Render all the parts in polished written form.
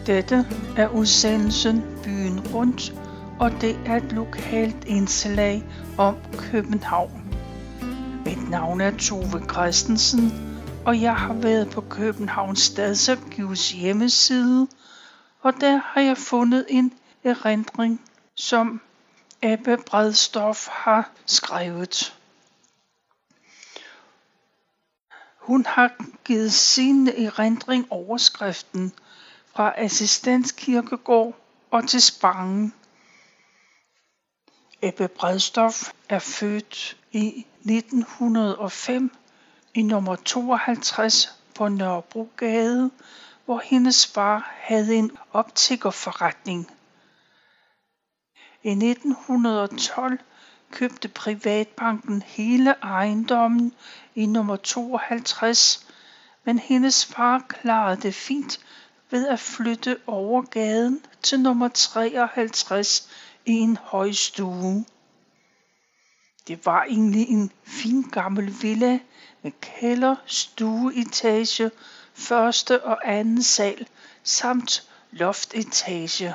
Dette er udsendelsen Byen Rundt, og det er et lokalt indslag om København. Mit navn er Tove Christensen, og jeg har været på Københavns Stadsarkivs hjemmeside, og der har jeg fundet en erindring, som Ebbe Bredstof har skrevet. Hun har givet sin erindring overskriften Fra Assistenskirkegård og til Spangen. Ebbe Bredstof er født i 1905 i nummer 52 på Nørrebrogade, hvor hendes far havde en optikkerforretning. I 1912 købte Privatbanken hele ejendommen i nummer 52, men hendes far klarede det fint ved at flytte over gaden til nummer 53 i en højstue. Det var egentlig en fin gammel villa med kælder, stueetage, første og anden sal samt loftetage.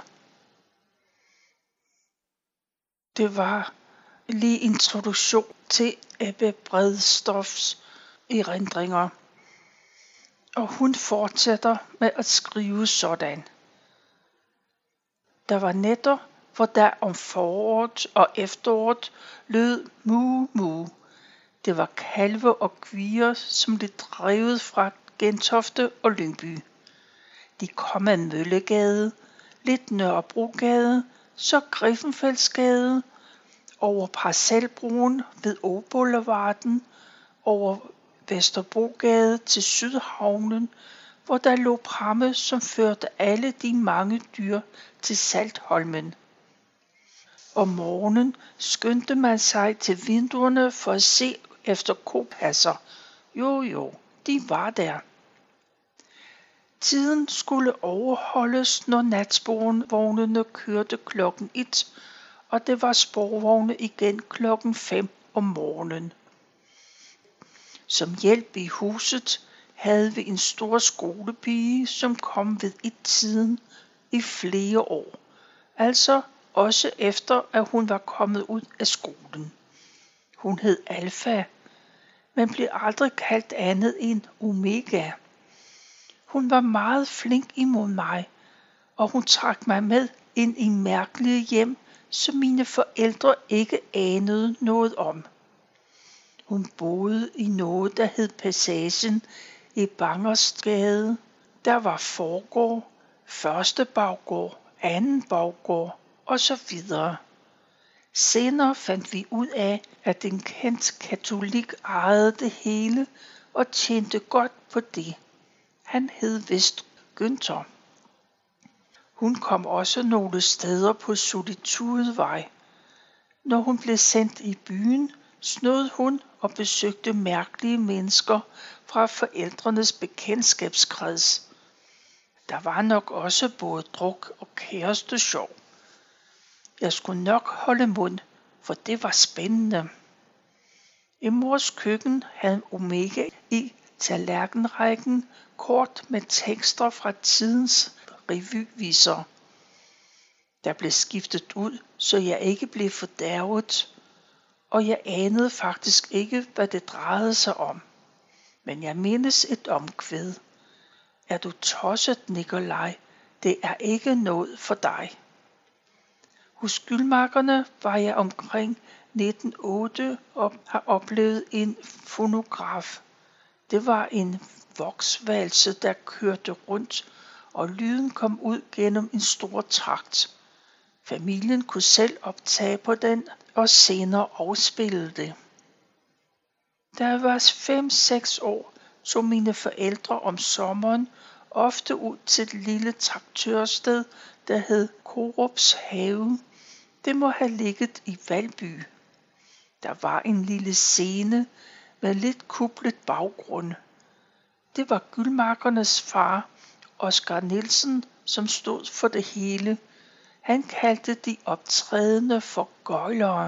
Det var lige introduktion til Ebbe Bredstofs erindringer. Og hun fortsætter med at skrive sådan. Der var nætter, hvor der om foråret og efteråret lød mu mu. Det var kalve og kvier, som blev drevet fra Gentofte og Lyngby. De kom ad Møllegade, lidt Nørrebrogade, så Griffenfeldsgade, over Parcelbroen ved Åboulevarden, over Vesterbrogade til Sydhavnen, hvor der lå pramme, som førte alle de mange dyr til Saltholmen. Om morgenen skyndte man sig til vinduerne for at se efter kopasser. Jo, de var der. Tiden skulle overholdes, når natsporvognene kørte klokken 1, og det var sporvogne igen klokken 5 om morgenen. Som hjælp i huset havde vi en stor skolepige, som kom ved 1-tiden i flere år, altså også efter at hun var kommet ud af skolen. Hun hed Alfa, men blev aldrig kaldt andet end Omega. Hun var meget flink imod mig, og hun trak mig med ind i mærkelige hjem, som mine forældre ikke anede noget om. Hun boede i noget, der hed Passagen i Bangersgade. Der var forgård, første baggård, anden baggård og så videre. Senere fandt vi ud af, at en kendt katolik ejede det hele og tjente godt på det. Han hed vist Günther. Hun kom også nogle steder på Solitudevej. Når hun blev sendt i byen, snød hun og besøgte mærkelige mennesker fra forældrenes bekendtskabskreds. Der var nok også både druk og kærestesjov. Jeg skulle nok holde mund, for det var spændende. I mors køkken havde Omega i tallerkenrækken kort med tekster fra tidens revyviser. Der blev skiftet ud, så jeg ikke blev fordærvet, og jeg anede faktisk ikke, hvad det drejede sig om. Men jeg mindes et omkvæd. Er du tosset, Nikolaj? Det er ikke noget for dig. Hos Gyldmarkerne var jeg omkring 1908 og har oplevet en fonograf. Det var en voksvalse, der kørte rundt, og lyden kom ud gennem en stor trakt. Familien kunne selv optage på den og senere afspille det. Da jeg var 5-6 år, så mine forældre om sommeren ofte ud til et lille traktørsted, der hed Korups Have. Det må have ligget i Valby. Der var en lille scene med lidt kuplet baggrund. Det var Gyldmarkernes far, Oscar Nielsen, som stod for det hele. Han kaldte de optrædende for gøjlere.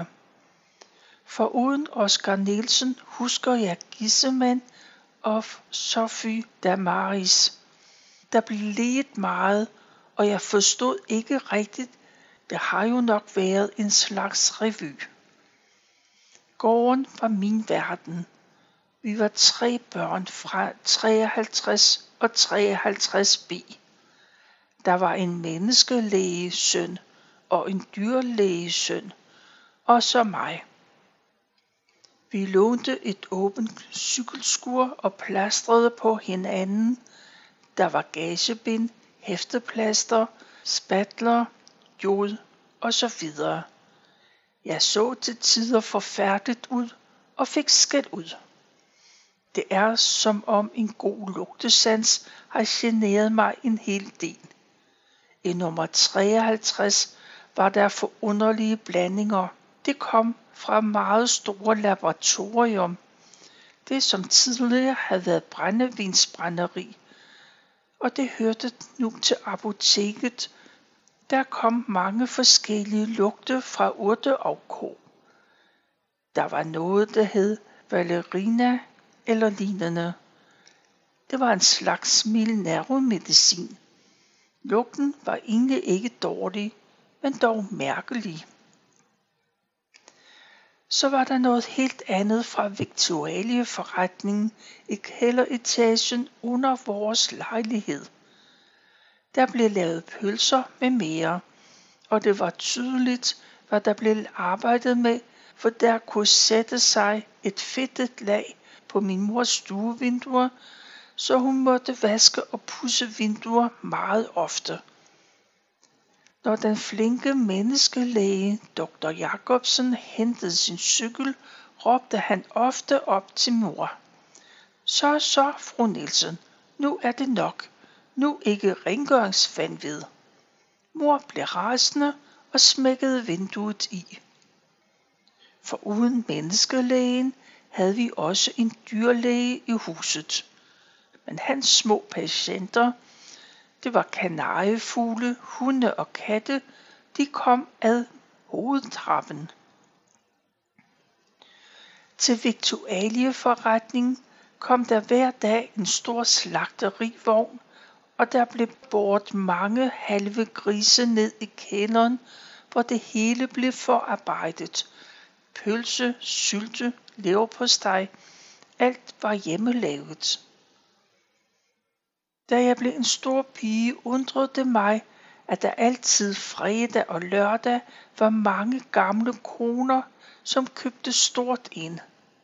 Foruden Oscar Nielsen husker jeg Gissemann og Sophie Damaris. Der blev leget meget, og jeg forstod ikke rigtigt. Det har jo nok været en slags revy. Gården var min verden. Vi var 3 børn fra 53 og 53B. Der var en menneskelægesøn og en dyrlægesøn, og så mig. Vi lånte et åbent cykelskur og plastrede på hinanden. Der var gagebind, hæfteplaster, spatler, jod og så videre. Jeg så til tider forfærdeligt ud og fik skæld ud. Det er som om en god lugtesans har generet mig en hel del. I nummer 53 var der forunderlige blandinger. Det kom fra meget store laboratorium. Det som tidligere havde været brændevinsbrænderi. Og det hørte nu til apoteket. Der kom mange forskellige lugte fra urte og ko. Der var noget, der hed Valerina eller lignende. Det var en slags mild nervemedicin. Lugten var egentlig ikke dårlig, men dog mærkelig. Så var der noget helt andet fra viktualieforretningen i kælderetagen under vores lejlighed. Der blev lavet pølser med mere, og det var tydeligt, hvad der blev arbejdet med, for der kunne sætte sig et fedtet lag på min mors stuevinduer, så hun måtte vaske og pudse vinduer meget ofte. Når den flinke menneskelæge Dr. Jacobsen hentede sin cykel, råbte han ofte op til mor. Så, fru Nielsen, nu er det nok. Nu ikke rengøringsvanvid. Mor blev rasende og smækkede vinduet i. For uden menneskelægen havde vi også en dyrlæge i huset. Men hans små patienter, det var kanariefugle, hunde og katte, de kom ad hovedtrappen. Til viktualieforretningen kom der hver dag en stor slagterivogn, og der blev båret mange halve grise ned i kælderen, hvor det hele blev forarbejdet. Pølse, sylte, leverpostej, alt var hjemmelavet. Da jeg blev en stor pige, undrede det mig, at der altid fredag og lørdag var mange gamle koner, som købte stort ind.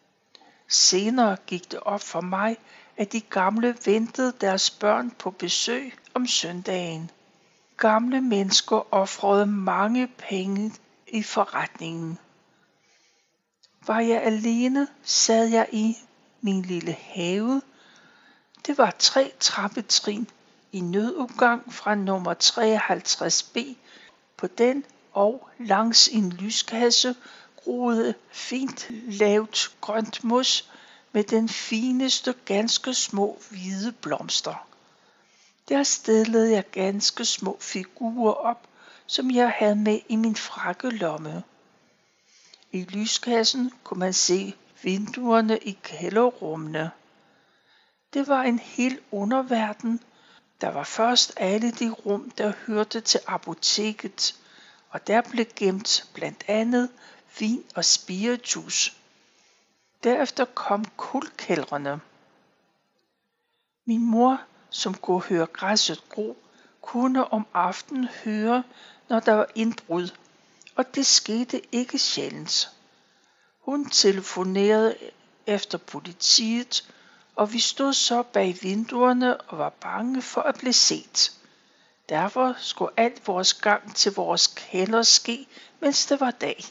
Senere gik det op for mig, at de gamle ventede deres børn på besøg om søndagen. Gamle mennesker ofrede mange penge i forretningen. Var jeg alene, sad jeg i min lille have. Det var 3 trappetrin i nødudgang fra nummer 53B. På den og langs en lyskasse groede fint lavt grønt mos med den fineste ganske små hvide blomster. Der stillede jeg ganske små figurer op, som jeg havde med i min frakkelomme. I lyskassen kunne man se vinduerne i kælderrummene. Det var en hel underverden. Der var først alle de rum, der hørte til apoteket, og der blev gemt blandt andet vin og spiritus. Derefter kom kulkældrene. Min mor, som kunne høre græsset gro, kunne om aftenen høre, når der var indbrud, og det skete ikke sjældent. Hun telefonerede efter politiet, og vi stod så bag vinduerne og var bange for at blive set. Derfor skulle alt vores gang til vores kælder ske, mens det var dag.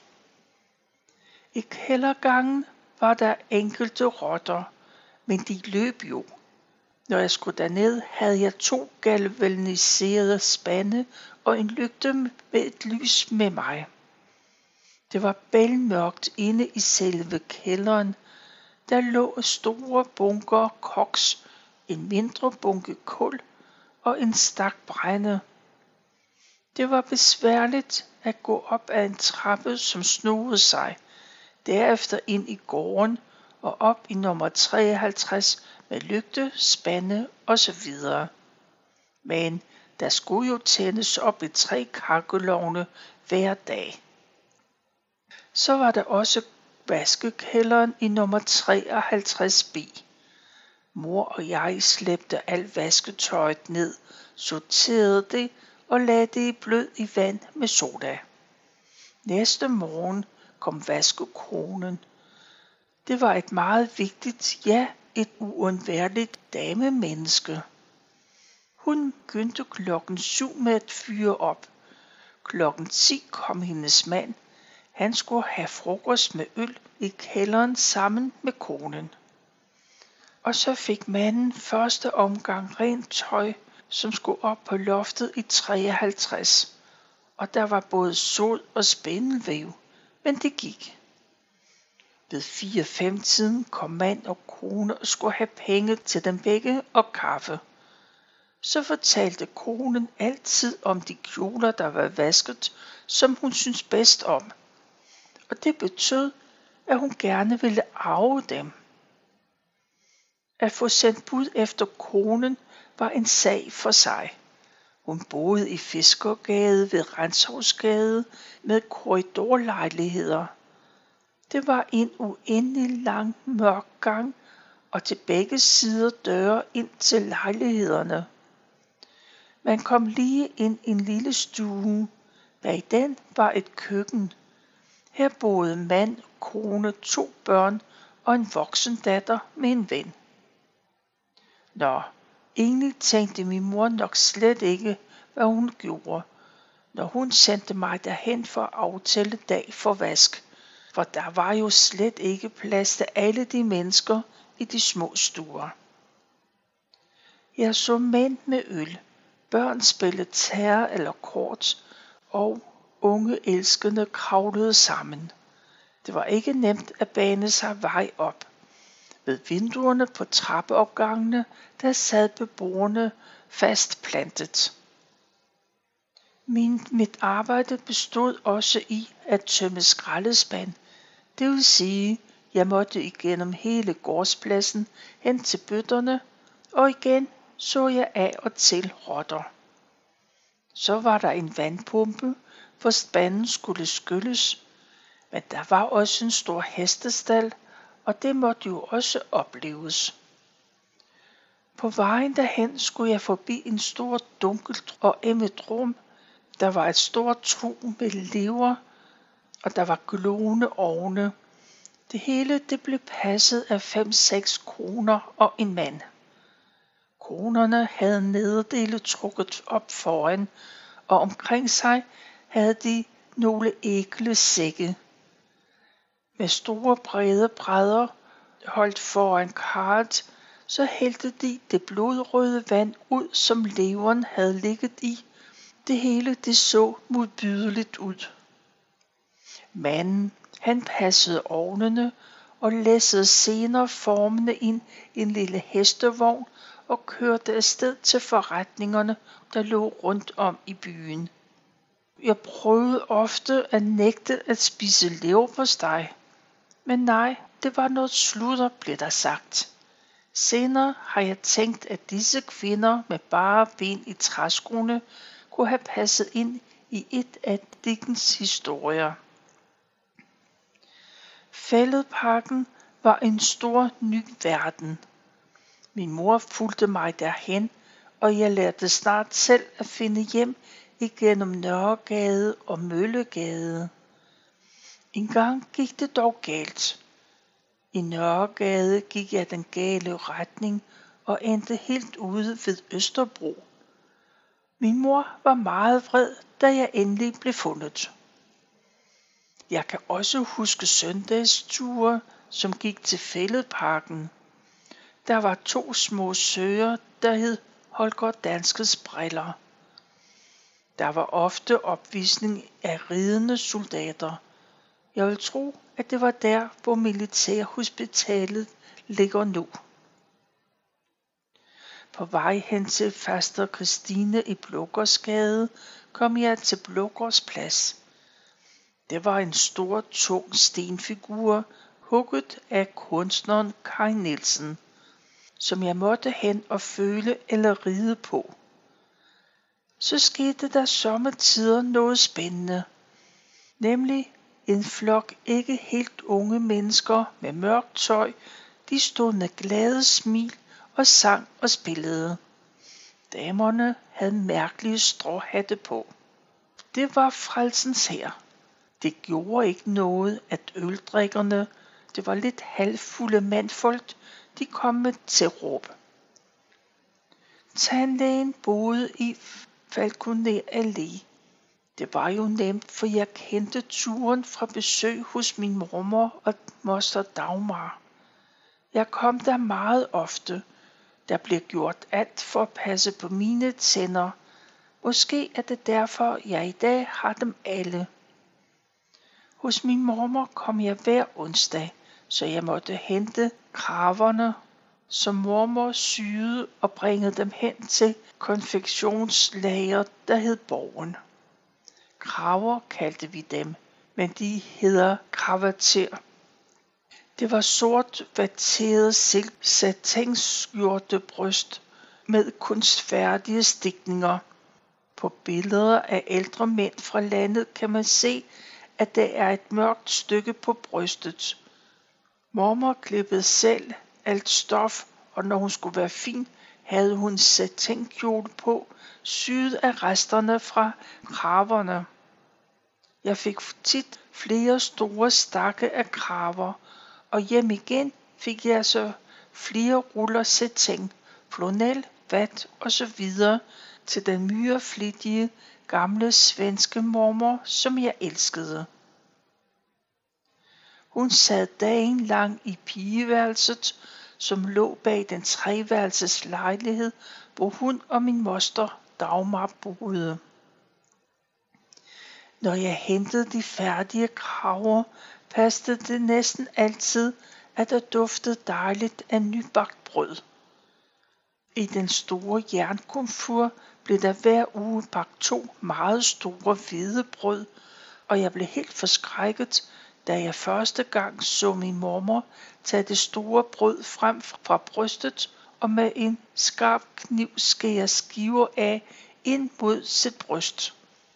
I kældergangen var der enkelte rotter, men de løb jo. Når jeg skulle derned, havde jeg 2 galvaniserede spande og en lygte med et lys med mig. Det var bælmørkt inde i selve kælderen. Der lå store bunker koks, en mindre bunke kul og en stak brænde. Det var besværligt at gå op ad en trappe, som snurrede sig, derefter ind i gården og op i nummer 53 med lygte, spande osv. Men Der skulle jo tændes op i 3 kakkelovne hver dag. Så var der også vaskekælderen i nummer 53B. Mor og jeg slæbte alt vasketøjet ned, sorterede det og lagde det i blød i vand med soda. Næste morgen kom vaskekonen. Det var et meget vigtigt, ja, et uundværligt damemenneske. Hun begyndte 7:00 med at fyre op. 10:00 kom hendes mand. Han skulle have frokost med øl i kælderen sammen med konen. Og så fik manden første omgang rent tøj, som skulle op på loftet i 53. Og der var både sod og spindelvæv, men det gik. Ved 4-5-tiden kom mand og kone og skulle have penge til dem begge og kaffe. Så fortalte konen altid om de kjoler, der var vasket, som hun syntes bedst om. Og det betød, at hun gerne ville arve dem. At få sendt bud efter konen var en sag for sig. Hun boede i Fiskergade ved Renshavsgade med korridorlejligheder. Det var en uendelig lang mørk gang, og til begge sider døre ind til lejlighederne. Man kom lige ind i en lille stue. Bag den var et køkken. Her boede mand, kone, 2 børn og en voksen datter med en ven. Egentlig tænkte min mor nok slet ikke, hvad hun gjorde, når hun sendte mig derhen for at aftale dag for vask, for der var jo slet ikke plads til alle de mennesker i de små stuer. Jeg så mænd med øl, børn spille terre eller kort, og unge elskende kravlede sammen. Det var ikke nemt at bane sig vej op. Ved vinduerne på trappeopgangene, der sad beboerne fastplantet. Mit arbejde bestod også i at tømme skraldespand. Det vil sige, jeg måtte igennem hele gårdspladsen hen til bøtterne, og igen så jeg af og til rotter. Så var der en vandpumpe, hvor spanden skulle skylles, men der var også en stor hestestal, og det måtte jo også opleves. På vejen derhen skulle jeg forbi en stor dunkel og emmet rum. Der var et stort trug med lever, og der var glående ovne. Det hele det blev passet af 5-6 koner og en mand. Konerne havde nederdele trukket op foran, og omkring sig havde de nogle ækle sække. Med store brede brædder holdt foran karret, så hældte de det blodrøde vand ud, som leveren havde ligget i. Det hele det så modbydeligt ud. Manden, han passede ovnene og læssede senere formene ind i en lille hestevogn og kørte afsted til forretningerne, der lå rundt om i byen. Jeg prøvede ofte at nægte at spise leverpostej, men nej, det var noget sludder, blev der sagt. Senere har jeg tænkt, at disse kvinder med bare ben i træskoene kunne have passet ind i et af Dickens historier. Fælledparken var en stor ny verden. Min mor fulgte mig derhen, og jeg lærte snart selv at finde hjem igennem Nørregade og Møllegade. En gang gik det dog galt. I Nørregade gik jeg den gale retning og endte helt ude ved Østerbro. Min mor var meget vred, da jeg endelig blev fundet. Jeg kan også huske søndagsture, som gik til Fælledparken. Der var 2 små søer, der hed Holger Danskes briller. Der var ofte opvisning af ridende soldater. Jeg vil tro, at det var der, hvor militærhospitalet ligger nu. På vej hen til faster Christine i Blågårdsgade kom jeg til Blågårds Plads. Det var en stor, tung stenfigur, hugget af kunstneren Kai Nielsen, som jeg måtte hen og føle eller ride på. så skete der sommetider noget spændende. Nemlig en flok ikke helt unge mennesker med mørkt tøj, de stod med glade smil og sang og spillede. Damerne havde mærkelige stråhatte på. Det var Frelsens Hær. Det gjorde ikke noget, at øldrikkerne, det var lidt halvfulde mandfolk, de kom med til råb. Tandlægen boede i Falconer Allé. Det var jo nemt, for jeg kendte turen fra besøg hos min mormor og moster Dagmar. Jeg kom der meget ofte. Der blev gjort alt for at passe på mine tænder. Måske er det derfor, jeg i dag har dem alle. Hos min mormor kom jeg hver onsdag, så jeg måtte hente kraverne, som mormor syede og bringe dem hen til konfektionslager, der hed Borgen. Kraver kaldte vi dem, men de hedder kravater. Det var sort vatteret silk satinskjorte bryst med kunstfærdige stikninger. På billeder af ældre mænd fra landet kan man se, at der er et mørkt stykke på brystet. Mormor klippede selv alt stof, og når hun skulle være fin, havde hun satinkjole på, syet af resterne fra kraverne. Jeg fik tit flere store stakke af kraver, og hjem igen fik jeg så flere ruller satin, flannel, vat og så videre til den myreflittige gamle svenske mormor, som jeg elskede. Hun sad dagen lang i pigeværelset, som lå bag den treværelses lejlighed, hvor hun og min moster Dagmar boede. Når jeg hentede de færdige kraver, passede det næsten altid, at der duftede dejligt af nybagt brød. I den store jernkomfur blev der hver uge bagt 2 meget store hvedebrød, og jeg blev helt forskrækket, da jeg første gang så min mormor tage det store brød frem fra brystet og med en skarp kniv skære skiver af ind mod sit bryst.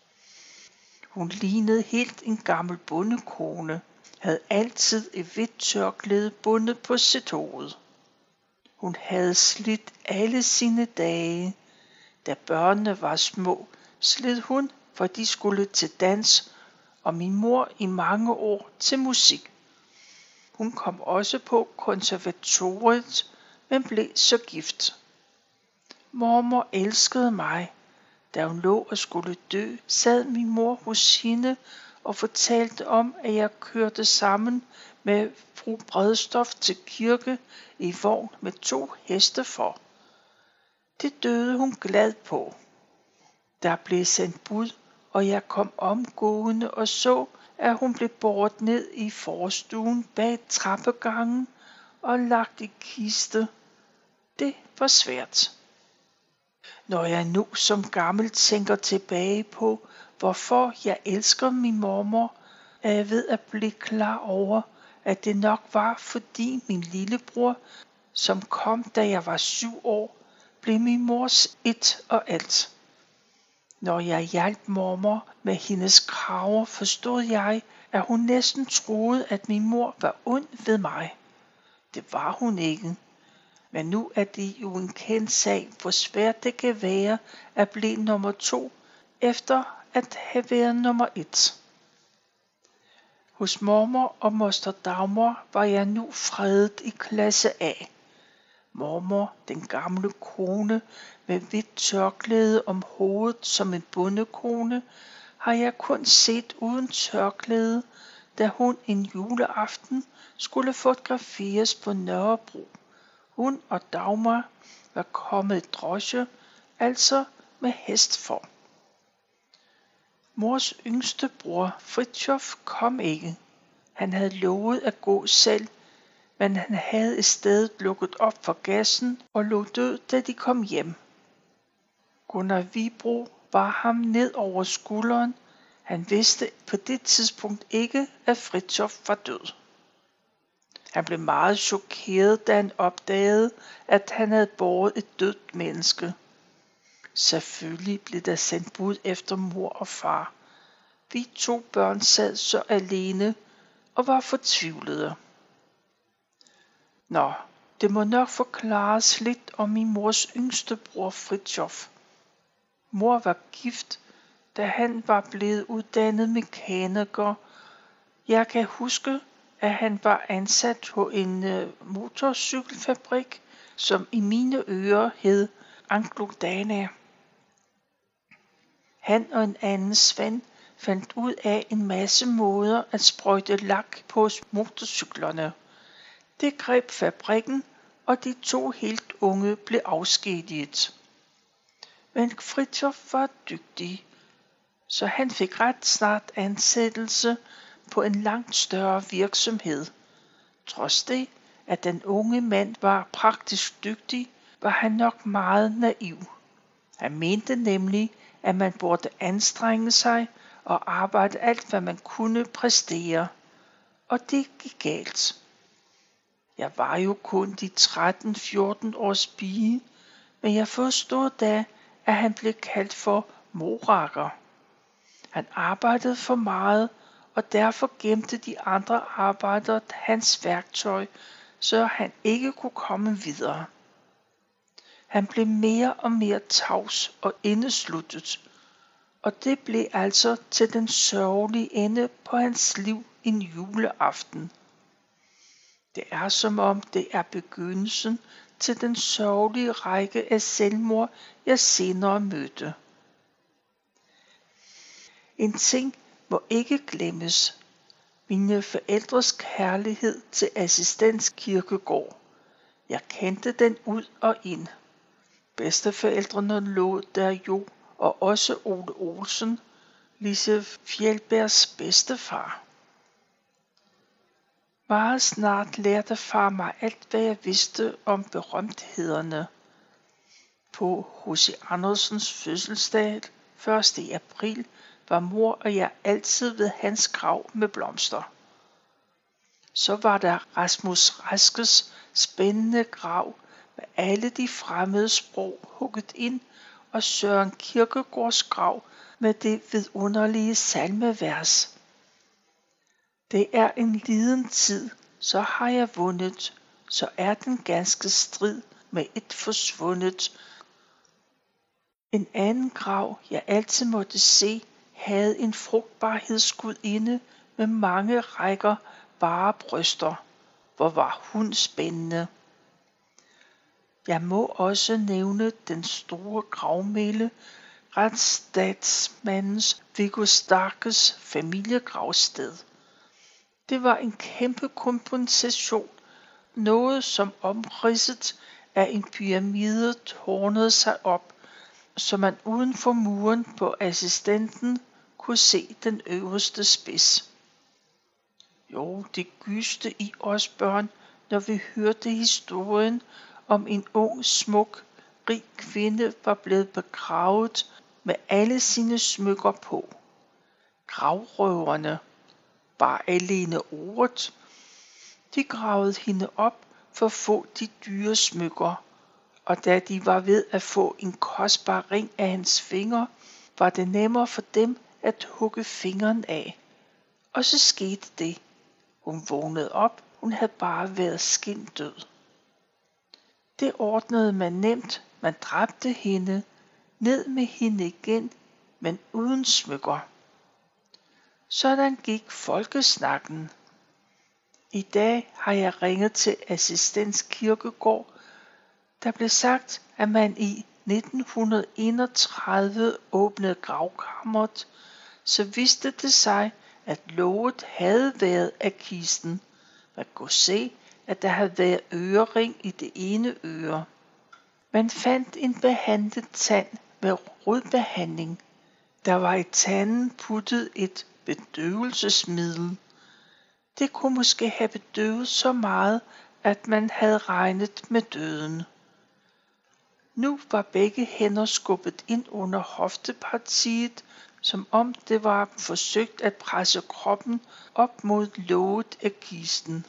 Hun lignede helt en gammel bondekone, havde altid et hvidt tørklæde bundet på sit hoved. Hun havde slidt alle sine dage. Da børnene var små, slid hun, for de skulle til dans, og min mor i mange år til musik. Hun kom også på konservatoriet, men blev så gift. Mormor elskede mig. Da hun lå og skulle dø, sad min mor hos hende og fortalte om, at jeg kørte sammen med fru Bredstof til kirke i vogn med 2 heste for. Det døde hun glad på. Der blev sendt bud, og jeg kom omgående og så, at hun blev båret ned i forstuen bag trappegangen og lagt i kiste. Det var svært. Når jeg nu som gammel tænker tilbage på, hvorfor jeg elsker min mormor, er jeg ved at blive klar over, at det nok var fordi min lillebror, som kom da jeg var 7 år, blev min mors et og alt. Når jeg hjalp mormor med hendes kraver, forstod jeg, at hun næsten troede, at min mor var ond ved mig. Det var hun ikke. Men nu er det jo en kendt sag, hvor svært det kan være at blive nummer 2, efter at have været nummer 1. Hos mormor og moster Dagmar var jeg nu fredet i klasse A. Mormor, den gamle kone med hvidt tørklæde om hovedet som en bondekone, har jeg kun set uden tørklæde, da hun en juleaften skulle fotograferes på Nørrebro. Hun og Dagmar var kommet i drosje, altså med hest for. Mors yngste bror, Fritjof, kom ikke. Han havde lovet at gå selv, men han havde i stedet lukket op for gassen og lå død, da de kom hjem. Gunnar Vibro var ham ned over skulderen. Han vidste på det tidspunkt ikke, at Fritjof var død. Han blev meget chokeret, da han opdagede, at han havde båret et dødt menneske. Selvfølgelig blev der sendt bud efter mor og far. Vi 2 børn sad så alene og var fortvivlede. Nå, det må nok forklares lidt om min mors yngste bror Fritjof. Mor var gift, da han var blevet uddannet mekaniker. Jeg kan huske, at han var ansat på en motorcykelfabrik, som i mine ører hed Anglo-Dana. Han og en anden Svend fandt ud af en masse måder at sprøjte lak på motorcyklerne. Det greb fabrikken, og de 2 helt unge blev afskediget. Men Fritjof var dygtig, så han fik ret snart ansættelse på en langt større virksomhed. Trods det, at den unge mand var praktisk dygtig, var han nok meget naiv. Han mente nemlig, at man burde anstrenge sig og arbejde alt, hvad man kunne præstere. Og det gik galt. Jeg var jo kun de 13-14 års pige, men jeg forstod da, at han blev kaldt for morakker. Han arbejdede for meget, og derfor gemte de andre arbejdere hans værktøj, så han ikke kunne komme videre. Han blev mere og mere tavs og indesluttet, og det blev altså til den sørgelige ende på hans liv en juleaften. Det er som om det er begyndelsen til den sørgelige række af selvmord, jeg senere mødte. En ting må ikke glemmes. Mine forældres kærlighed til Assistens Kirkegård. Jeg kendte den ud og ind. Bedsteforældrene lå der jo, og også Ole Olsen, Lise Fjeldbergs bedstefar. Meget snart lærte far mig alt, hvad jeg vidste om berømthederne. På H.C. Andersens fødselsdag 1. april var mor og jeg altid ved hans grav med blomster. Så var der Rasmus Raskes spændende grav med alle de fremmede sprog hugget ind, og Søren Kierkegaards grav med det vidunderlige salmevers. Det er en liden tid, så har jeg vundet, så er den ganske strid med et forsvundet. En anden grav, jeg altid måtte se, havde en frugtbarhedsgudinde med mange rækker bare bryster. Hvor var hun spændende. Jeg må også nævne den store gravmæle, retsstatsmandens Viggo Starkes familiegravsted. Det var en kæmpe kompensation, noget som omridset af en pyramide tårnede sig op, så man uden for muren på assistenten kunne se den øverste spids. Jo, det gyste i os børn, når vi hørte historien om en ung, smuk, rig kvinde var blevet begravet med alle sine smykker på. Gravrøverne, bare alene ordet, de gravede hende op for at få de dyre smykker, og da de var ved at få en kostbar ring af hans finger, var det nemmere for dem at hugge fingeren af. Og så skete det. Hun vågnede op, hun havde bare været skindød. Det ordnede man nemt, man dræbte hende, ned med hende igen, men uden smykker. Sådan gik folkesnakken. I dag har jeg ringet til Assistens Kirkegård. Der blev sagt, at man i 1931 åbnede gravkammeret, så viste det sig, at låget havde været af kisten. Man kunne se, at der havde været ørering i det ene øre. Man fandt en behandlet tand med rodbehandling. Der var i tanden puttet et bedøvelsesmiddel. Det kunne måske have bedøvet så meget, at man havde regnet med døden. Nu var begge hænder skubbet ind under hoftepartiet, som om det var forsøgt at presse kroppen op mod låget af kisten.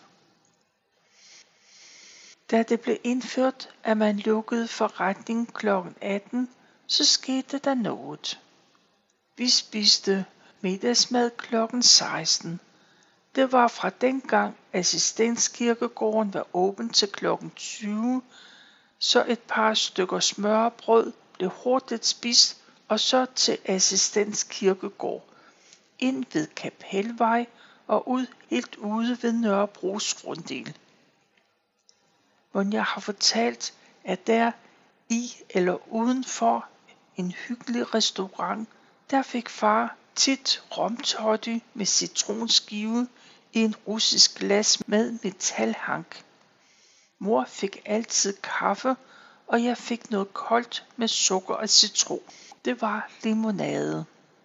Da det blev indført, at man lukkede forretningen kl. 18, så skete der noget. Vi spiste middagsmad klokken 16. Det var fra dengang Assistenskirkegården var åben til klokken 20, så et par stykker smørbrød blev hurtigt spist, og så til Assistenskirkegård, ind ved Kapelvej og ud helt ude ved Nørrebros runddel. Hvor jeg har fortalt, at der i eller udenfor en hyggelig restaurant, der fik far tit romtoddy med citronskive i en russisk glas med metalhank. Mor fik altid kaffe, og jeg fik noget koldt med sukker og citron. Det var limonade.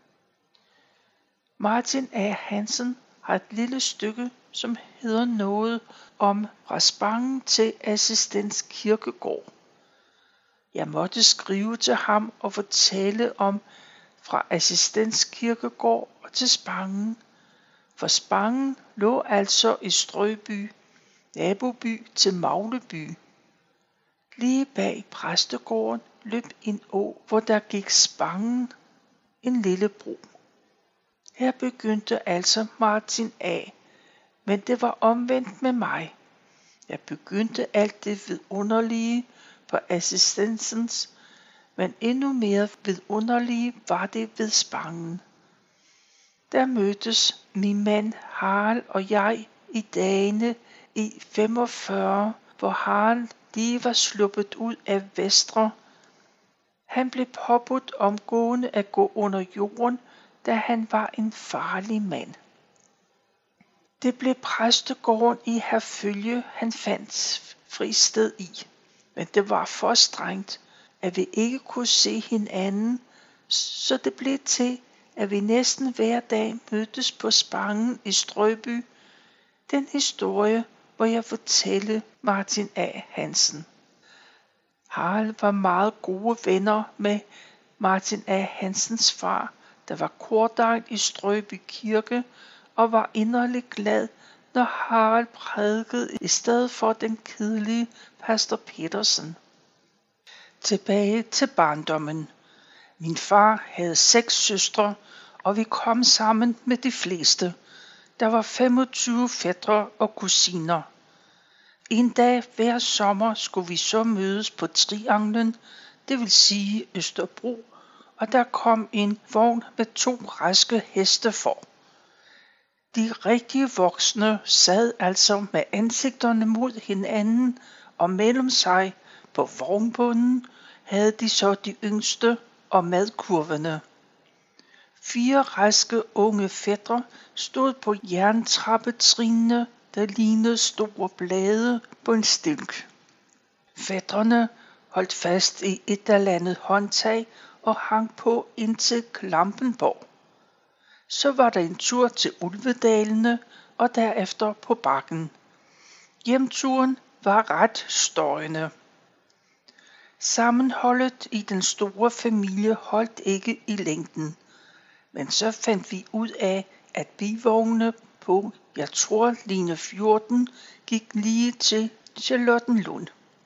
Martin A. Hansen har et lille stykke, som hedder noget om fra Spangen til Assistenskirkegård. Jeg måtte skrive til ham og fortælle om fra Assistenskirkegård og til Spangen. For Spangen lå altså i Strøby, naboby til Magleby. Lige bag præstegården løb en å, hvor der gik Spangen, en lille bro. Her begyndte altså Martin A., men det var omvendt med mig. Jeg begyndte alt det vidunderlige på assistensens, men endnu mere vidunderlige var det ved Spangen. Der mødtes min mand Harald og jeg i dagene i 45, hvor Harald lige var sluppet ud af Vestre. Han blev påbudt omgående at gå under jorden, da han var en farlig mand. Det blev præstegården i Herfølge, han fandt fristed i, men det var for strengt, at vi ikke kunne se hinanden, så det blev til, at vi næsten hver dag mødtes på Spangen i Strøby. Den historie, hvor jeg fortæller Martin A. Hansen. Harald var meget gode venner med Martin A. Hansens far, der var kordegn i Strøby Kirke, og var inderligt glad, når Harald prædikede i stedet for den kedelige pastor Petersen. Tilbage til barndommen. Min far havde 6 søstre, og vi kom sammen med de fleste. Der var 25 fætre og kusiner. En dag hver sommer skulle vi så mødes på Trianglen, det vil sige Østerbro, og der kom en vogn med 2 raske heste for. De rigtige voksne sad altså med ansigterne mod hinanden, og mellem sig på vognbunden havde de så de yngste og madkurvene. 4 raske unge fætre stod på jerntrappetrinene, der lignede store blade på en stilk. Fætrene holdt fast i et eller andet håndtag og hang på indtil Klampenborg. Så var der en tur til Ulvedalene og derefter på Bakken. Hjemturen var ret støjende. Sammenholdet i den store familie holdt ikke i længden, men så fandt vi ud af, at bivognene på, jeg tror, linje 14 gik lige til Charlottenlund.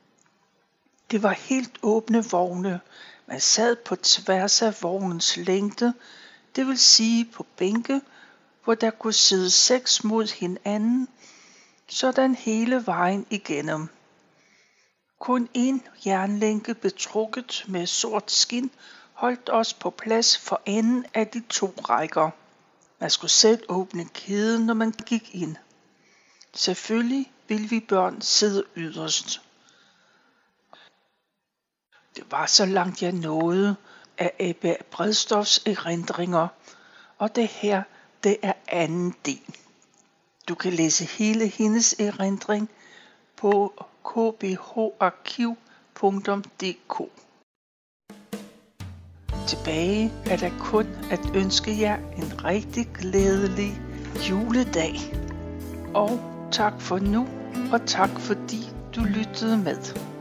Det var helt åbne vogne. Man sad på tværs af vognens længde, det vil sige på bænke, hvor der kunne sidde 6 mod hinanden, sådan hele vejen igennem. Kun en jernlænke betrukket med sort skind holdt os på plads for enden af de 2 rækker. Man skulle selv åbne kæden, når man gik ind. Selvfølgelig ville vi børn sidde yderst. Det var så langt jeg nåede af Ebbe Bredstofs erindringer, og det her, det er 2. del. Du kan læse hele hendes erindring på kbharkiv.dk. Tilbage er der kun at ønske jer en rigtig glædelig juledag. Og tak for nu, og tak fordi du lyttede med.